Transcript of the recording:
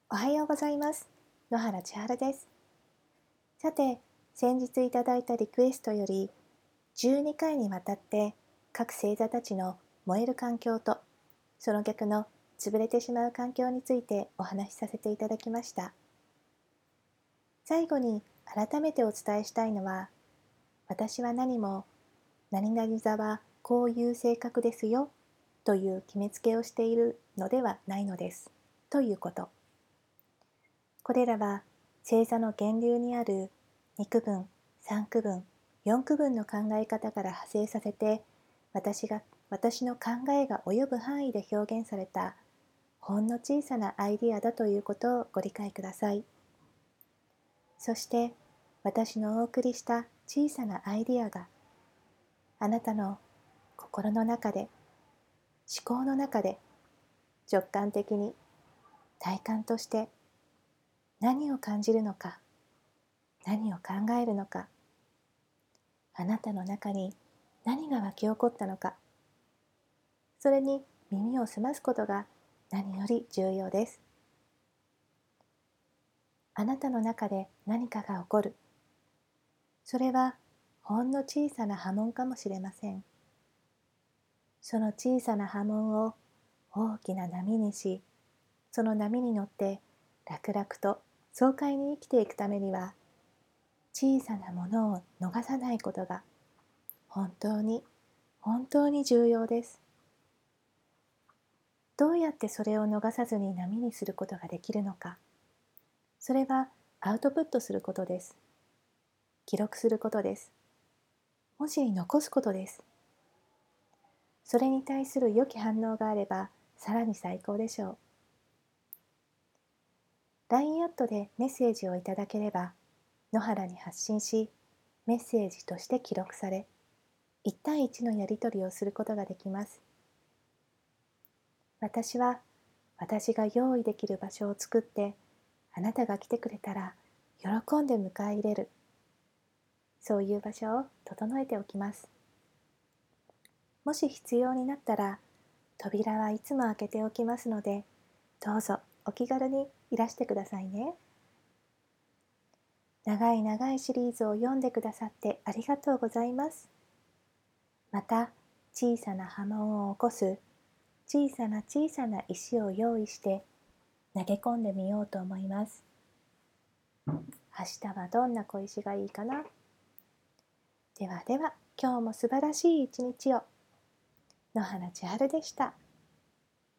おはようございます。野原千春です。さて、先日いただいたリクエストより、12回にわたって各星座たちの燃える環境と、その逆の潰れてしまう環境についてお話しさせていただきました。最後に改めてお伝えしたいのは、私は何も何々座はこういう性格ですよという決めつけをしているのではないのですということ。これらは星座の源流にある2区分、3区分、4区分の考え方から派生させて私の考えが及ぶ範囲で表現されたほんの小さなアイディアだということをご理解ください。そして私のお送りした小さなアイディアがあなたの心の中で、思考の中で直感的に体感として何を感じるのか、何を考えるのか、あなたの中に何が湧き起こったのか、それに耳を澄ますことが何より重要です。あなたの中で何かが起こる。それはほんの小さな波紋かもしれません。その小さな波紋を大きな波にし、その波に乗って楽々と爽快に生きていくためには、小さなものを逃さないことが本当に本当に重要です。どうやってそれを逃さずに波にすることができるのか。それはアウトプットすることです。記録することです。文字に残すことです。それに対する良き反応があれば、さらに最高でしょう。LINE アットでメッセージをいただければ、野原に発信し、メッセージとして記録され、1対1のやり取りをすることができます。私は、私が用意できる場所を作って、あなたが来てくれたら、喜んで迎え入れる。そういう場所を整えておきます。もし必要になったら、扉はいつも開けておきますので、どうぞお気軽にいらしてくださいね。長い長いシリーズを読んでくださってありがとうございます。また、小さな波紋を起こす小さな小さな石を用意して投げ込んでみようと思います。明日はどんな小石がいいかな。ではでは、今日も素晴らしい一日を。野原千春でした。